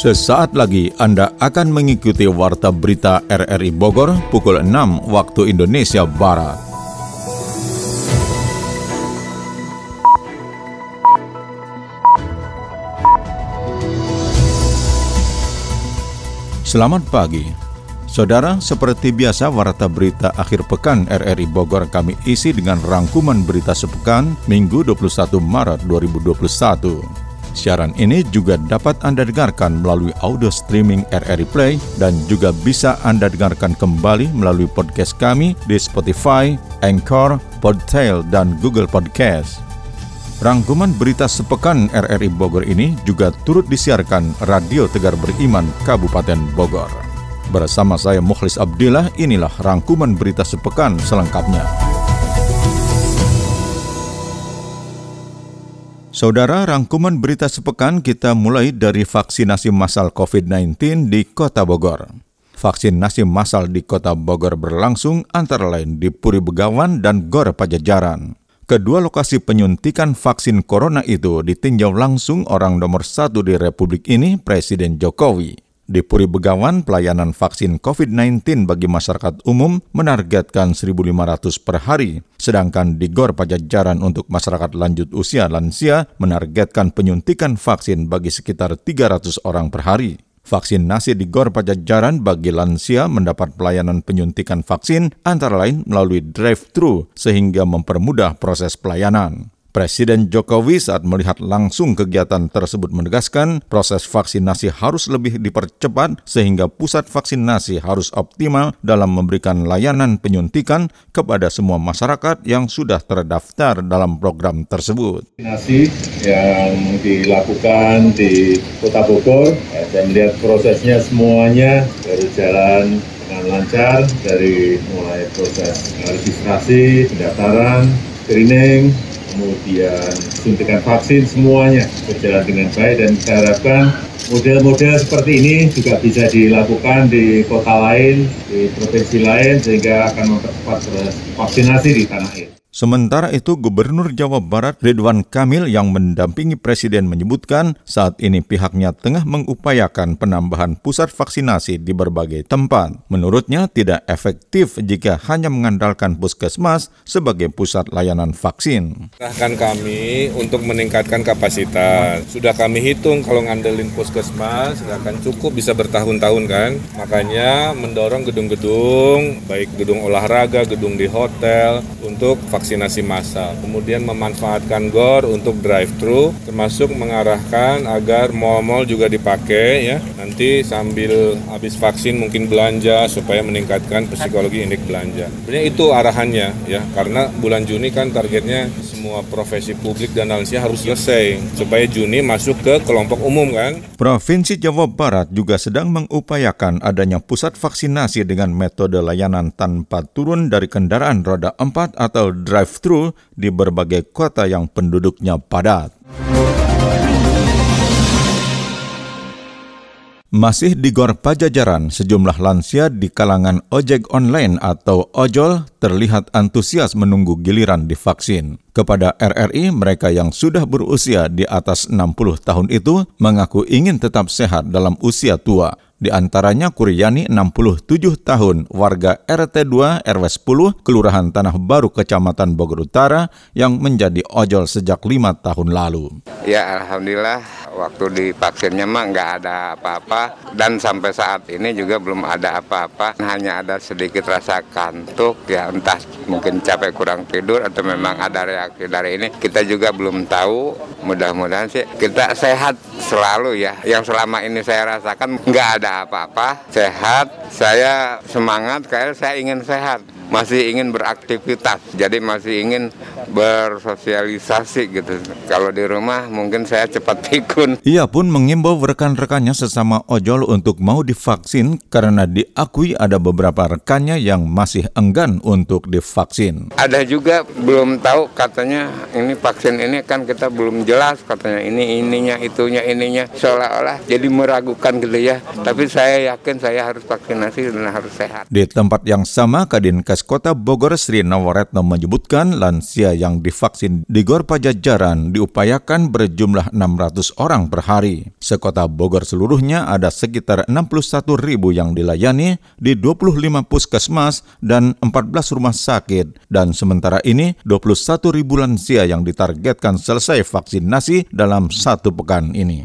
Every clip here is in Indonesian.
Sesaat lagi Anda akan mengikuti Warta Berita RRI Bogor pukul 6 waktu Indonesia Barat. Selamat pagi. Saudara, seperti biasa Warta Berita akhir pekan RRI Bogor kami isi dengan rangkuman berita sepekan Minggu 21 Maret 2021. Siaran ini juga dapat Anda dengarkan melalui audio streaming RRI Play dan juga bisa Anda dengarkan kembali melalui podcast kami di Spotify, Anchor, Podtail, dan Google Podcast. Rangkuman berita sepekan RRI Bogor ini juga turut disiarkan Radio Tegar Beriman Kabupaten Bogor. Bersama saya Mukhlis Abdillah, inilah rangkuman berita sepekan selengkapnya. Saudara, rangkuman berita sepekan kita mulai dari vaksinasi massal COVID-19 di Kota Bogor. Vaksinasi massal di Kota Bogor berlangsung antara lain di Puri Begawan dan Gor Pajajaran. Kedua lokasi penyuntikan vaksin corona itu ditinjau langsung orang nomor 1 di Republik ini, Presiden Jokowi. Di Puri Begawan, pelayanan vaksin COVID-19 bagi masyarakat umum menargetkan 1.500 per hari. Sedangkan di Gor Pajajaran untuk masyarakat lanjut usia lansia menargetkan penyuntikan vaksin bagi sekitar 300 orang per hari. Vaksinasi di Gor Pajajaran bagi lansia mendapat pelayanan penyuntikan vaksin antara lain melalui drive-thru sehingga mempermudah proses pelayanan. Presiden Jokowi saat melihat langsung kegiatan tersebut menegaskan proses vaksinasi harus lebih dipercepat sehingga pusat vaksinasi harus optimal dalam memberikan layanan penyuntikan kepada semua masyarakat yang sudah terdaftar dalam program tersebut. Vaksinasi yang dilakukan di Kota Bogor, saya melihat prosesnya semuanya berjalan dengan lancar dari mulai proses registrasi, pendaftaran, screening, kemudian suntikan vaksin, semuanya berjalan dengan baik dan kita harapkan model-model seperti ini juga bisa dilakukan di kota lain, di provinsi lain sehingga akan mempercepat vaksinasi di tanah air. Sementara itu, Gubernur Jawa Barat Ridwan Kamil yang mendampingi Presiden menyebutkan saat ini pihaknya tengah mengupayakan penambahan pusat vaksinasi di berbagai tempat. Menurutnya tidak efektif jika hanya mengandalkan puskesmas sebagai pusat layanan vaksin. Arahkan kami untuk meningkatkan kapasitas. Sudah kami hitung kalau ngandelin puskesmas nggak akan cukup, bisa bertahun-tahun kan. Makanya mendorong gedung-gedung, baik gedung olahraga, gedung di hotel untuk vaksinasi massal, kemudian memanfaatkan GOR untuk drive-thru, termasuk mengarahkan agar mal-mal juga dipakai ya. Nanti sambil habis vaksin mungkin belanja supaya meningkatkan psikologi indeks belanja. Sebenarnya itu arahannya ya, karena bulan Juni kan targetnya semua profesi publik dan lansia harus selesai supaya Juni masuk ke kelompok umum kan. Provinsi Jawa Barat juga sedang mengupayakan adanya pusat vaksinasi dengan metode layanan tanpa turun dari kendaraan roda 4 atau drive-thru di berbagai kota yang penduduknya padat. Masih di Gor Pajajaran, sejumlah lansia di kalangan ojek online atau ojol terlihat antusias menunggu giliran divaksin. Kepada RRI, mereka yang sudah berusia di atas 60 tahun itu mengaku ingin tetap sehat dalam usia tua. Di antaranya Kuryani 67 tahun, warga RT 2 RW 10, Kelurahan Tanah Baru, Kecamatan Bogor Utara, yang menjadi ojol sejak 5 tahun lalu. Ya, alhamdulillah waktu divaksinnya mah nggak ada apa-apa dan sampai saat ini juga belum ada apa-apa. Hanya ada sedikit rasa kantuk, ya entah mungkin capek kurang tidur atau memang ada reaksi dari ini. Kita juga belum tahu, mudah-mudahan sih kita sehat selalu ya. Yang selama ini saya rasakan nggak ada apa-apa, sehat, saya semangat, kayak saya ingin sehat, masih ingin beraktivitas, jadi masih ingin bersosialisasi gitu. Kalau di rumah mungkin saya cepat pikun. Ia pun mengimbau rekan-rekannya sesama ojol untuk mau divaksin karena diakui ada beberapa rekannya yang masih enggan untuk divaksin. Ada juga belum tahu, katanya ini vaksin ini kan kita belum jelas, katanya ini ininya, itunya, ininya, seolah-olah jadi meragukan gitu ya. Tapi saya yakin saya harus vaksinasi dan harus sehat. Di tempat yang sama, Kadinkes Satgas Kota Bogor Sri Nawaretno menyebutkan lansia yang divaksin di Gor Pajajaran diupayakan berjumlah 600 orang per hari. Sekota Bogor seluruhnya ada sekitar 61.000 yang dilayani di 25 puskesmas dan 14 rumah sakit. Dan sementara ini 21.000 lansia yang ditargetkan selesai vaksinasi dalam 1 pekan ini.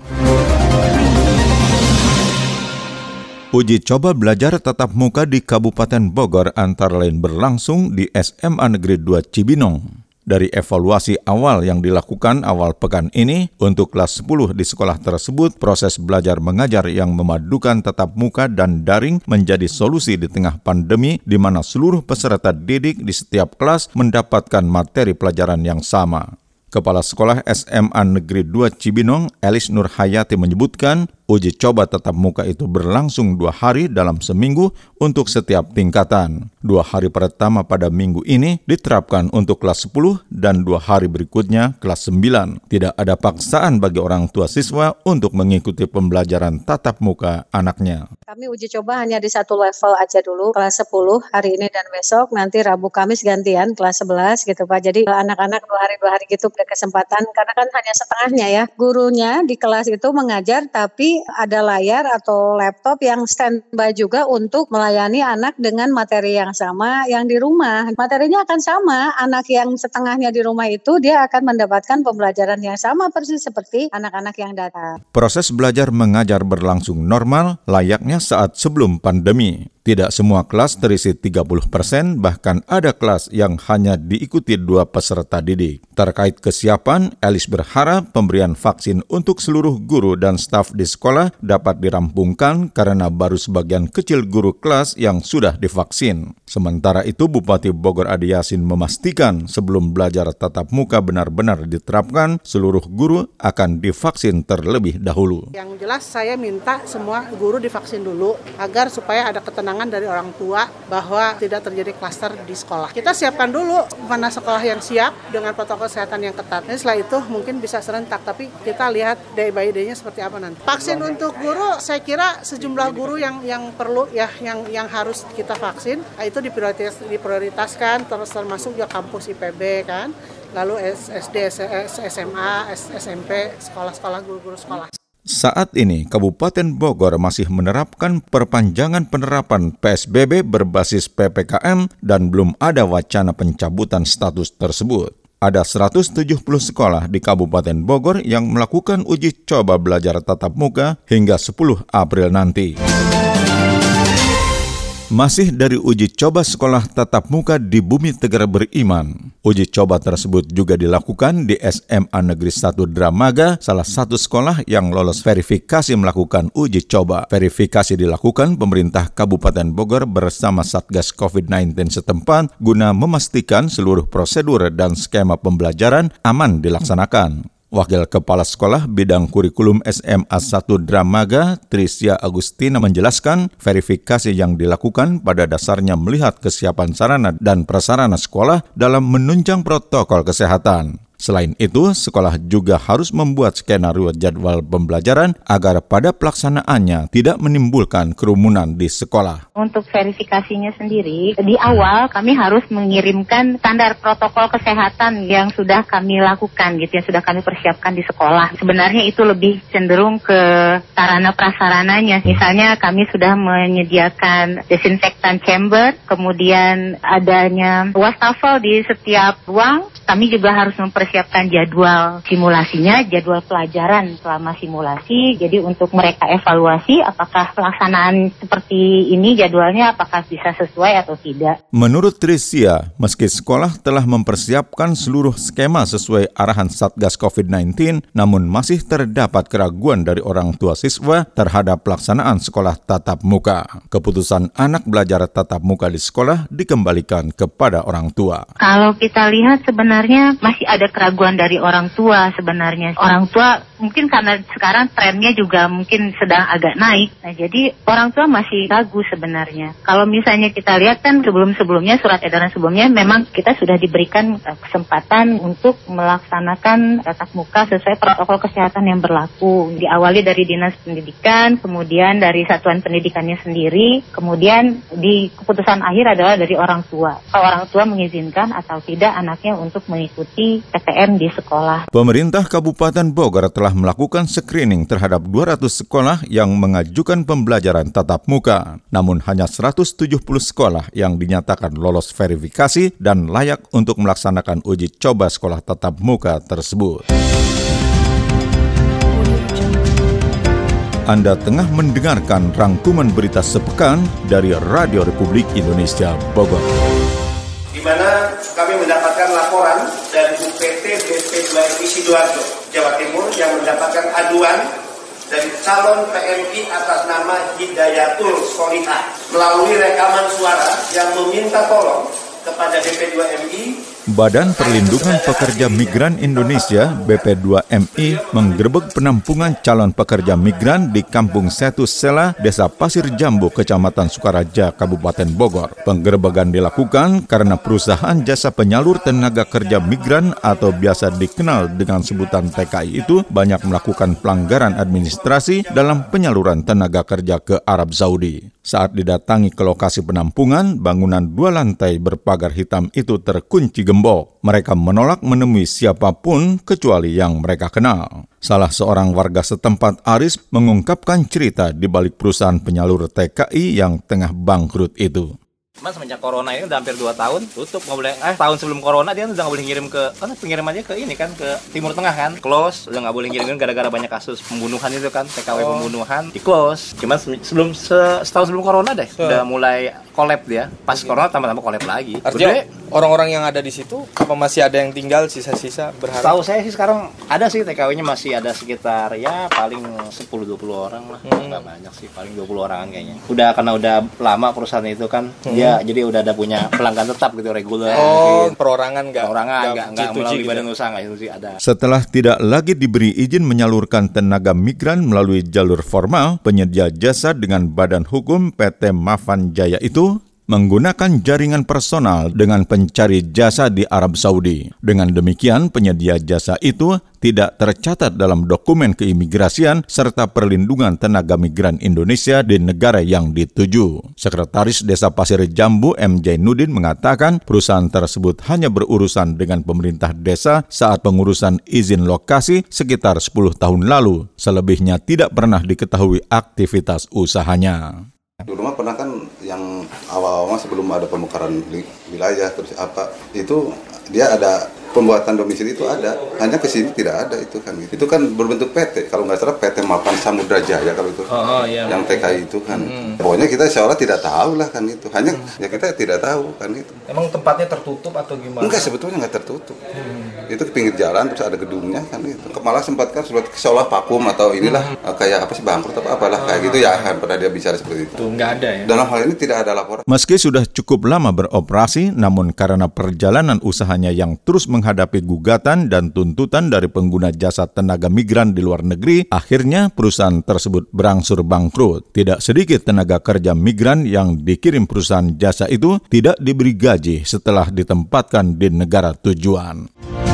Uji coba belajar tatap muka di Kabupaten Bogor antara lain berlangsung di SMA Negeri 2 Cibinong. Dari evaluasi awal yang dilakukan awal pekan ini, untuk kelas 10 di sekolah tersebut, proses belajar mengajar yang memadukan tatap muka dan daring menjadi solusi di tengah pandemi di mana seluruh peserta didik di setiap kelas mendapatkan materi pelajaran yang sama. Kepala Sekolah SMA Negeri 2 Cibinong, Elis Nurhayati menyebutkan, uji coba tatap muka itu berlangsung 2 hari dalam seminggu untuk setiap tingkatan. 2 hari pertama pada minggu ini diterapkan untuk kelas 10 dan 2 hari berikutnya kelas 9. Tidak ada paksaan bagi orang tua siswa untuk mengikuti pembelajaran tatap muka anaknya. Kami uji coba hanya di 1 level aja dulu, kelas 10 hari ini dan besok, nanti Rabu Kamis gantian kelas 11 gitu Pak. Jadi anak-anak 2 hari gitu ada kesempatan, karena kan hanya setengahnya ya. Gurunya di kelas itu mengajar tapi ada layar atau laptop yang standby juga untuk melayani anak dengan materi yang sama yang di rumah. Materinya akan sama, anak yang setengahnya di rumah itu dia akan mendapatkan pembelajaran yang sama persis seperti anak-anak yang datang. Proses belajar mengajar berlangsung normal layaknya saat sebelum pandemi. Tidak semua kelas terisi 30%, bahkan ada kelas yang hanya diikuti 2 peserta didik. Terkait kesiapan, Elis berharap pemberian vaksin untuk seluruh guru dan staf di sekolah dapat dirampungkan karena baru sebagian kecil guru kelas yang sudah divaksin. Sementara itu, Bupati Bogor Adi Yasin memastikan sebelum belajar tatap muka benar-benar diterapkan, seluruh guru akan divaksin terlebih dahulu. Yang jelas saya minta semua guru divaksin dulu agar supaya ada ketenangan dari orang tua bahwa tidak terjadi klaster di sekolah. Kita siapkan dulu mana sekolah yang siap dengan protokol kesehatan yang ketat. Nah, setelah itu mungkin bisa serentak, tapi kita lihat day by day-nya seperti apa nanti. Vaksin untuk guru, saya kira sejumlah guru yang perlu ya, yang harus kita vaksin, itu diprioritaskan, termasuk juga kampus IPB kan, lalu SD, SMA, SMP, sekolah-sekolah guru-guru sekolah. Saat ini, Kabupaten Bogor masih menerapkan perpanjangan penerapan PSBB berbasis PPKM dan belum ada wacana pencabutan status tersebut. Ada 170 sekolah di Kabupaten Bogor yang melakukan uji coba belajar tatap muka hingga 10 April nanti. Masih dari uji coba sekolah tatap muka di Bumi Tegar Beriman. Uji coba tersebut juga dilakukan di SMA Negeri 1 Dramaga, salah satu sekolah yang lolos verifikasi melakukan uji coba. Verifikasi dilakukan pemerintah Kabupaten Bogor bersama Satgas COVID-19 setempat guna memastikan seluruh prosedur dan skema pembelajaran aman dilaksanakan. Wakil Kepala Sekolah Bidang Kurikulum SMA 1 Dramaga, Trisya Agustina menjelaskan verifikasi yang dilakukan pada dasarnya melihat kesiapan sarana dan prasarana sekolah dalam menunjang protokol kesehatan. Selain itu, sekolah juga harus membuat skenario jadwal pembelajaran agar pada pelaksanaannya tidak menimbulkan kerumunan di sekolah. Untuk verifikasinya sendiri, di awal kami harus mengirimkan standar protokol kesehatan yang sudah kami lakukan, gitu, yang sudah kami persiapkan di sekolah. Sebenarnya itu lebih cenderung ke sarana prasarananya. Misalnya kami sudah menyediakan desinfektan chamber, kemudian adanya wastafel di setiap ruang. Kami juga harus mempersiapkan jadwal simulasinya, jadwal pelajaran selama simulasi. Jadi untuk mereka evaluasi apakah pelaksanaan seperti ini jadwalnya apakah bisa sesuai atau tidak. Menurut Trisya, meski sekolah telah mempersiapkan seluruh skema sesuai arahan Satgas COVID-19, namun masih terdapat keraguan dari orang tua siswa terhadap pelaksanaan sekolah tatap muka. Keputusan anak belajar tatap muka di sekolah dikembalikan kepada orang tua. Kalau kita lihat sebenarnya masih ada keraguan dari orang tua sebenarnya. Orang tua mungkin karena sekarang trennya juga mungkin sedang agak naik. Nah, jadi orang tua masih ragu sebenarnya. Kalau misalnya kita lihat kan sebelum-sebelumnya, surat edaran sebelumnya memang kita sudah diberikan kesempatan untuk melaksanakan tatap muka sesuai protokol kesehatan yang berlaku. Diawali dari Dinas Pendidikan, kemudian dari satuan pendidikannya sendiri, kemudian di keputusan akhir adalah dari orang tua. Kalau orang tua mengizinkan atau tidak anaknya untuk mengikuti PTM di sekolah. Pemerintah Kabupaten Bogor telah melakukan screening terhadap 200 sekolah yang mengajukan pembelajaran tatap muka. Namun hanya 170 sekolah yang dinyatakan lolos verifikasi dan layak untuk melaksanakan uji coba sekolah tatap muka tersebut. Anda tengah mendengarkan rangkuman berita sepekan dari Radio Republik Indonesia Bogor. Di mana kami mendapatkan laporan dari UPT BP2MI Sidoarjo, Jawa Timur yang mendapatkan aduan dari calon PMI atas nama Hidayatul Solihah melalui rekaman suara yang meminta tolong kepada BP2MI. Badan Perlindungan Pekerja Migran Indonesia BP2MI menggerebek penampungan calon pekerja migran di Kampung Setu Sela, Desa Pasir Jambu, Kecamatan Sukaraja, Kabupaten Bogor. Penggerebekan dilakukan karena perusahaan jasa penyalur tenaga kerja migran atau biasa dikenal dengan sebutan TKI itu banyak melakukan pelanggaran administrasi dalam penyaluran tenaga kerja ke Arab Saudi. Saat didatangi ke lokasi penampungan, bangunan 2 lantai berpagar hitam itu terkunci gembok. Mereka menolak menemui siapapun kecuali yang mereka kenal. Salah seorang warga setempat, Aris, mengungkapkan cerita di balik perusahaan penyalur TKI yang tengah bangkrut itu. Mas semenjak corona ini udah hampir 2 tahun tutup, nggak boleh. Tahun sebelum corona dia udah nggak boleh ngirim ke, karena pengirimannya ke ini kan, ke Timur Tengah kan, close, udah nggak boleh ngirimin gara-gara banyak kasus pembunuhan itu kan, TKW pembunuhan di close. Cuman setahun sebelum corona deh, udah mulai collab dia. Pas corona tambah-tambah collab lagi. Artinya orang-orang yang ada di situ apa masih ada yang tinggal sisa-sisa berharap? Tahu saya sih sekarang ada sih TKW-nya masih ada sekitar ya paling 10-20 orang lah. Nggak banyak sih, paling 20 orang kayaknya. Karena udah lama perusahaan itu kan. Ya, jadi udah ada punya pelanggan tetap gitu, reguler. Oh, perorangan nggak melalui badan usaha nggak itu sih ada. Setelah tidak lagi diberi izin menyalurkan tenaga migran melalui jalur formal, penyedia jasa dengan badan hukum PT Mafan Jaya itu menggunakan jaringan personal dengan pencari jasa di Arab Saudi. Dengan demikian, penyedia jasa itu tidak tercatat dalam dokumen keimigrasian serta perlindungan tenaga migran Indonesia di negara yang dituju. Sekretaris Desa Pasir Jambu M. Jainuddin mengatakan perusahaan tersebut hanya berurusan dengan pemerintah desa saat pengurusan izin lokasi sekitar 10 tahun lalu. Selebihnya tidak pernah diketahui aktivitas usahanya. Dulu mah pernah kan yang awal-awal sebelum ada pemekaran wilayah terus apa itu dia ada pembuatan domisili itu ada, hanya ke sini tidak ada itu kan. Itu kan berbentuk PT, kalau nggak salah PT Mapan Samudra Jaya kalau itu, yang TKI itu kan. Pokoknya kita seolah tidak tahu lah kan itu, hanya ya kita tidak tahu kan itu. Emang tempatnya tertutup atau gimana? Enggak, sebetulnya nggak tertutup. Itu ke pinggir jalan terus ada gedungnya kan itu. Malah sempat kan seolah vakum atau inilah kayak apa sih bangkrut atau apalah kayak gitu ya kan, pernah dia bicara seperti itu. Nggak ada ya. Dalam hal ini tidak ada laporan. Meski sudah cukup lama beroperasi, namun karena perjalanan usahanya yang terus menghadapi gugatan dan tuntutan dari pengguna jasa tenaga migran di luar negeri, akhirnya perusahaan tersebut berangsur bangkrut. Tidak sedikit tenaga kerja migran yang dikirim perusahaan jasa itu tidak diberi gaji setelah ditempatkan di negara tujuan.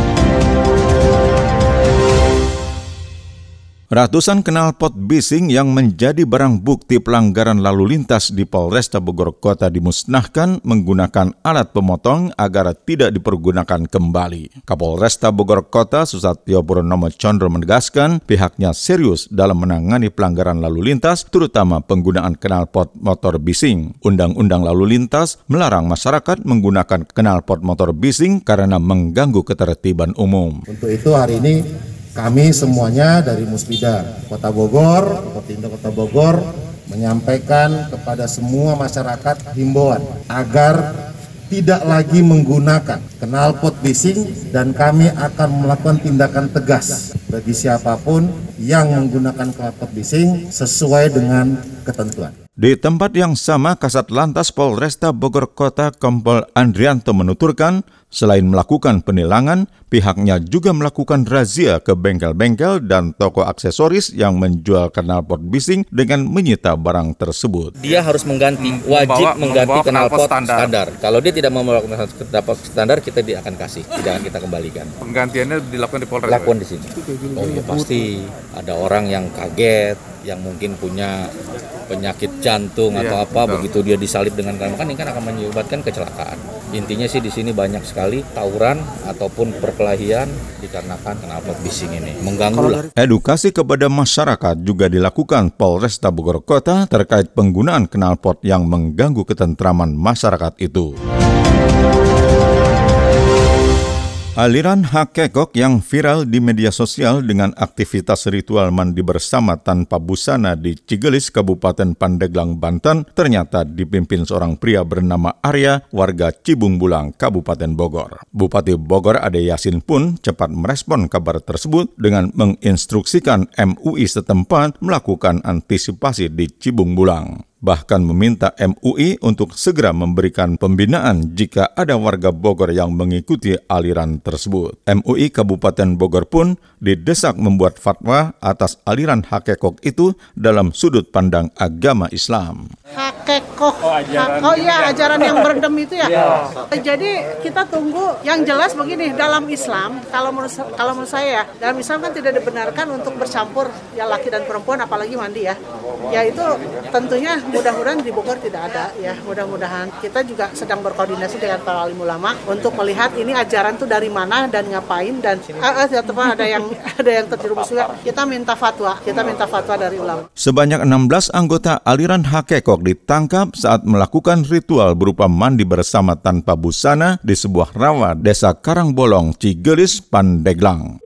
Ratusan knalpot bising yang menjadi barang bukti pelanggaran lalu lintas di Polresta Bogor Kota dimusnahkan menggunakan alat pemotong agar tidak dipergunakan kembali. Kapolresta Bogor Kota Susatyo Purnomo Condro menegaskan pihaknya serius dalam menangani pelanggaran lalu lintas, terutama penggunaan knalpot motor bising. Undang-undang lalu lintas melarang masyarakat menggunakan knalpot motor bising karena mengganggu ketertiban umum. Untuk itu hari ini kami semuanya dari Musbida Kota Bogor, Kopindo Kota Bogor menyampaikan kepada semua masyarakat himbauan agar tidak lagi menggunakan knalpot bising dan kami akan melakukan tindakan tegas bagi siapapun yang menggunakan knalpot bising sesuai dengan ketentuan. Di tempat yang sama, Kasat Lantas Polresta Bogor Kota Kompol Andrianto menuturkan Selain melakukan penilangan, pihaknya juga melakukan razia ke bengkel-bengkel dan toko aksesoris yang menjual knalpot bising dengan menyita barang tersebut. Dia harus wajib mengganti knalpot standar. Kalau dia tidak mau melakukan knalpot standar, kita tidak akan kasih, tidak akan kita kembalikan. Penggantiannya dilakukan di Polres? Lakukan di sini. Oh ya pasti. Ada orang yang kaget, yang mungkin punya penyakit jantung atau apa, begitu dia disalib dengan knalpot, ini kan akan menyebabkan kecelakaan. Intinya sih di sini banyak sekali tawuran ataupun perkelahian dikarenakan knalpot bising ini. Mengganggu lah. Edukasi kepada masyarakat juga dilakukan Polresta Bogor Kota terkait penggunaan knalpot yang mengganggu ketentraman masyarakat itu. Aliran hakekok yang viral di media sosial dengan aktivitas ritual mandi bersama tanpa busana di Cigelis, Kabupaten Pandeglang, Banten, ternyata dipimpin seorang pria bernama Arya, warga Cibung Bulang, Kabupaten Bogor. Bupati Bogor Ade Yasin pun cepat merespon kabar tersebut dengan menginstruksikan MUI setempat melakukan antisipasi di Cibung Bulang. Bahkan meminta MUI untuk segera memberikan pembinaan jika ada warga Bogor yang mengikuti aliran tersebut. MUI Kabupaten Bogor pun didesak membuat fatwa atas aliran hakekok itu dalam sudut pandang agama Islam. Hakekok, ajaran yang berdem itu ya. Jadi kita tunggu yang jelas begini, dalam Islam, kalau menurut saya, dalam Islam kan tidak dibenarkan untuk bercampur ya laki dan perempuan, apalagi mandi ya. Ya itu tentunya mudah-mudahan di Bogor tidak ada ya, mudah-mudahan. Kita juga sedang berkoordinasi dengan para alim ulama untuk melihat ini ajaran tuh dari mana dan ngapain, dan ada yang terjerumus juga. Kita minta fatwa dari ulama. Sebanyak 16 anggota aliran hakekok ditangkap saat melakukan ritual berupa mandi bersama tanpa busana di sebuah rawa Desa Karangbolong, Cigelis, Pandeglang.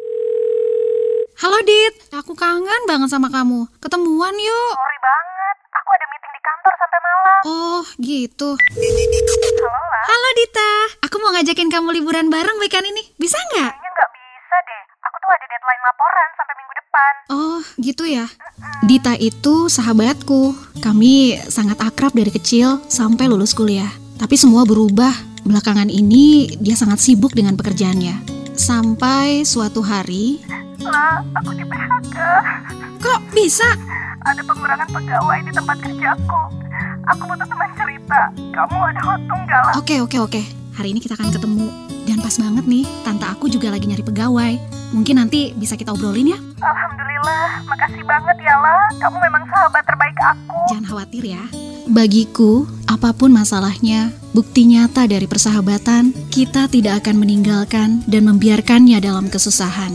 Halo Dit, aku kangen banget sama kamu. Ketemuan yuk. Sorry banget, aku ada meeting di kantor sampai malam. Oh, gitu. Halo, La. Halo Dita, aku mau ngajakin kamu liburan bareng weekend ini. Bisa nggak? Kayaknya nggak bisa deh. Aku tuh ada deadline laporan sampai minggu depan. Oh, gitu ya. Dita itu sahabatku. Kami sangat akrab dari kecil sampai lulus kuliah. Tapi semua berubah. Belakangan ini dia sangat sibuk dengan pekerjaannya. Sampai suatu hari... La, aku di PHK. Kok bisa? Ada pengurangan pegawai di tempat kerjaku. Aku butuh teman cerita. Kamu ada waktu nggak, La? Oke. Hari ini kita akan ketemu. Dan pas banget nih, tante aku juga lagi nyari pegawai. Mungkin nanti bisa kita obrolin ya? Alhamdulillah, makasih banget ya, La. Kamu memang sahabat terbaik aku. Jangan khawatir ya. Bagiku, apapun masalahnya, bukti nyata dari persahabatan, kita tidak akan meninggalkan dan membiarkannya dalam kesusahan.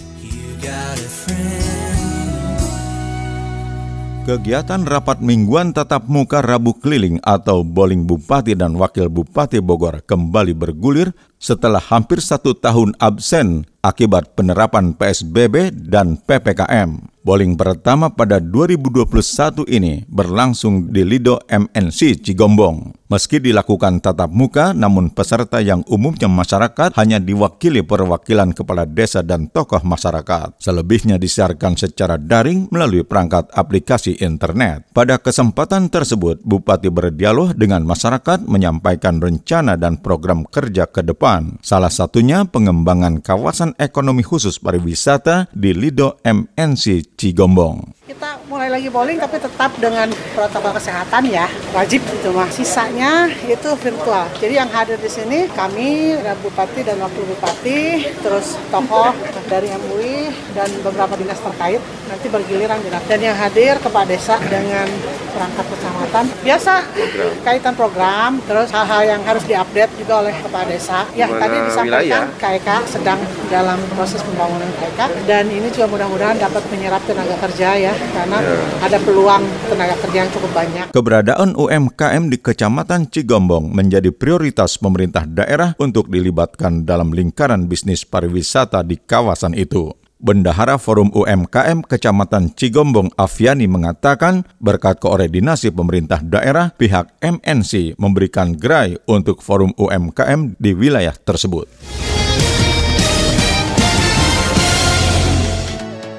Kegiatan rapat mingguan tatap muka Rabu Keliling atau Bowling Bupati dan Wakil Bupati Bogor kembali bergulir setelah hampir 1 tahun absen akibat penerapan PSBB dan PPKM. Bowling pertama pada 2021 ini berlangsung di Lido MNC Cigombong. Meski dilakukan tatap muka, namun peserta yang umumnya masyarakat hanya diwakili perwakilan kepala desa dan tokoh masyarakat. Selebihnya disiarkan secara daring melalui perangkat aplikasi internet. Pada kesempatan tersebut, Bupati berdialog dengan masyarakat menyampaikan rencana dan program kerja ke depan. Salah satunya pengembangan kawasan ekonomi khusus pariwisata di Lido MNC Cigombong. Kita mulai lagi bowling tapi tetap dengan protokol kesehatan ya, wajib itu mah. Sisanya itu virtual. Jadi yang hadir di sini kami, Bupati dan Wakil Bupati, terus tokoh dari MUI dan beberapa dinas terkait nanti bergiliran dan yang hadir kepala desa dengan perangkat kecamatan. Biasa kaitan program, terus hal-hal yang harus diupdate juga oleh kepala desa. Ya, tadi disampaikan KEK sedang dalam proses pembangunan KEK dan ini juga mudah-mudahan dapat menyerap tenaga kerja ya, karena ada peluang tenaga kerja yang cukup banyak. Keberadaan UMKM di Kecamatan Cigombong menjadi prioritas pemerintah daerah untuk dilibatkan dalam lingkaran bisnis pariwisata di kawasan itu. Bendahara Forum UMKM Kecamatan Cigombong Afiani mengatakan berkat koordinasi pemerintah daerah, pihak MNC memberikan gerai untuk forum UMKM di wilayah tersebut.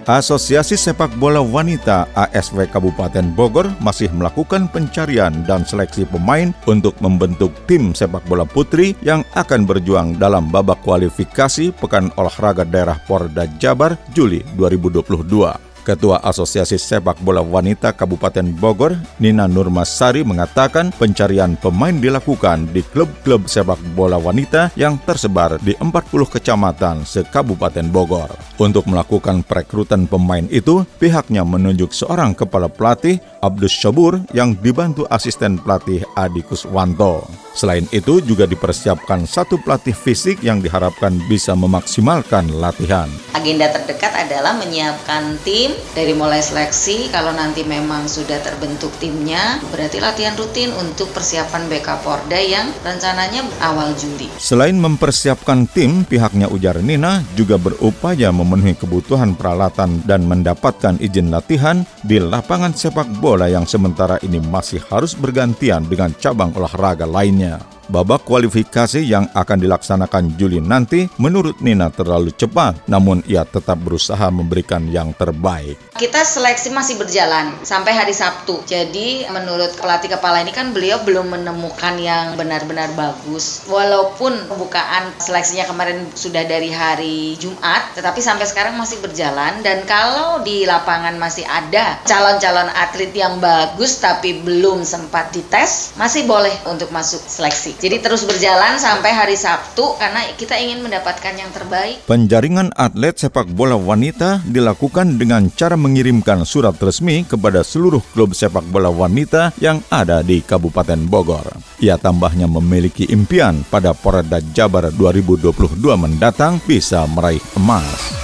Asosiasi Sepak Bola Wanita ASW Kabupaten Bogor masih melakukan pencarian dan seleksi pemain untuk membentuk tim sepak bola putri yang akan berjuang dalam babak kualifikasi Pekan Olahraga Daerah Porda Jabar Juli 2022. Ketua Asosiasi Sepak Bola Wanita Kabupaten Bogor, Nina Nurmasari, mengatakan pencarian pemain dilakukan di klub-klub sepak bola wanita yang tersebar di 40 kecamatan se-Kabupaten Bogor. Untuk melakukan perekrutan pemain itu, pihaknya menunjuk seorang kepala pelatih, Abdus Syabur, yang dibantu asisten pelatih Adi Kuswanto. Selain itu juga dipersiapkan satu pelatih fisik yang diharapkan bisa memaksimalkan latihan. Agenda terdekat adalah menyiapkan tim dari mulai seleksi. Kalau nanti memang sudah terbentuk timnya, berarti latihan rutin untuk persiapan BK Porda yang rencananya awal Juli. Selain mempersiapkan tim, pihaknya, ujar Nina, juga berupaya memenuhi kebutuhan peralatan dan mendapatkan izin latihan di lapangan sepak bola yang sementara ini masih harus bergantian dengan cabang olahraga lainnya. Babak kualifikasi yang akan dilaksanakan Juli nanti menurut Nina terlalu cepat, namun ia tetap berusaha memberikan yang terbaik. Kita seleksi masih berjalan sampai hari Sabtu. Jadi menurut pelatih kepala ini kan beliau belum menemukan yang benar-benar bagus. Walaupun pembukaan seleksinya kemarin sudah dari hari Jumat, tetapi sampai sekarang masih berjalan. Dan kalau di lapangan masih ada calon-calon atlet yang bagus tapi belum sempat dites, masih boleh untuk masuk seleksi. Jadi terus berjalan sampai hari Sabtu karena kita ingin mendapatkan yang terbaik. Penjaringan atlet sepak bola wanita dilakukan dengan cara mengirimkan surat resmi kepada seluruh klub sepak bola wanita yang ada di Kabupaten Bogor. Ia tambahnya memiliki impian pada Porda Jabar 2022 mendatang bisa meraih emas.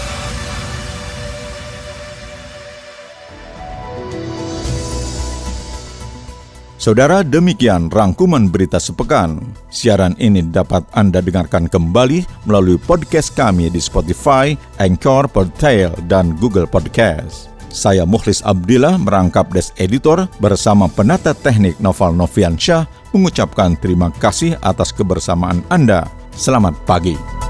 Saudara, demikian rangkuman berita sepekan. Siaran ini dapat Anda dengarkan kembali melalui podcast kami di Spotify, Anchor, Podtail, dan Google Podcast. Saya Mukhlis Abdillah merangkap Desk Editor bersama penata teknik Noval Noviansyah mengucapkan terima kasih atas kebersamaan Anda. Selamat pagi.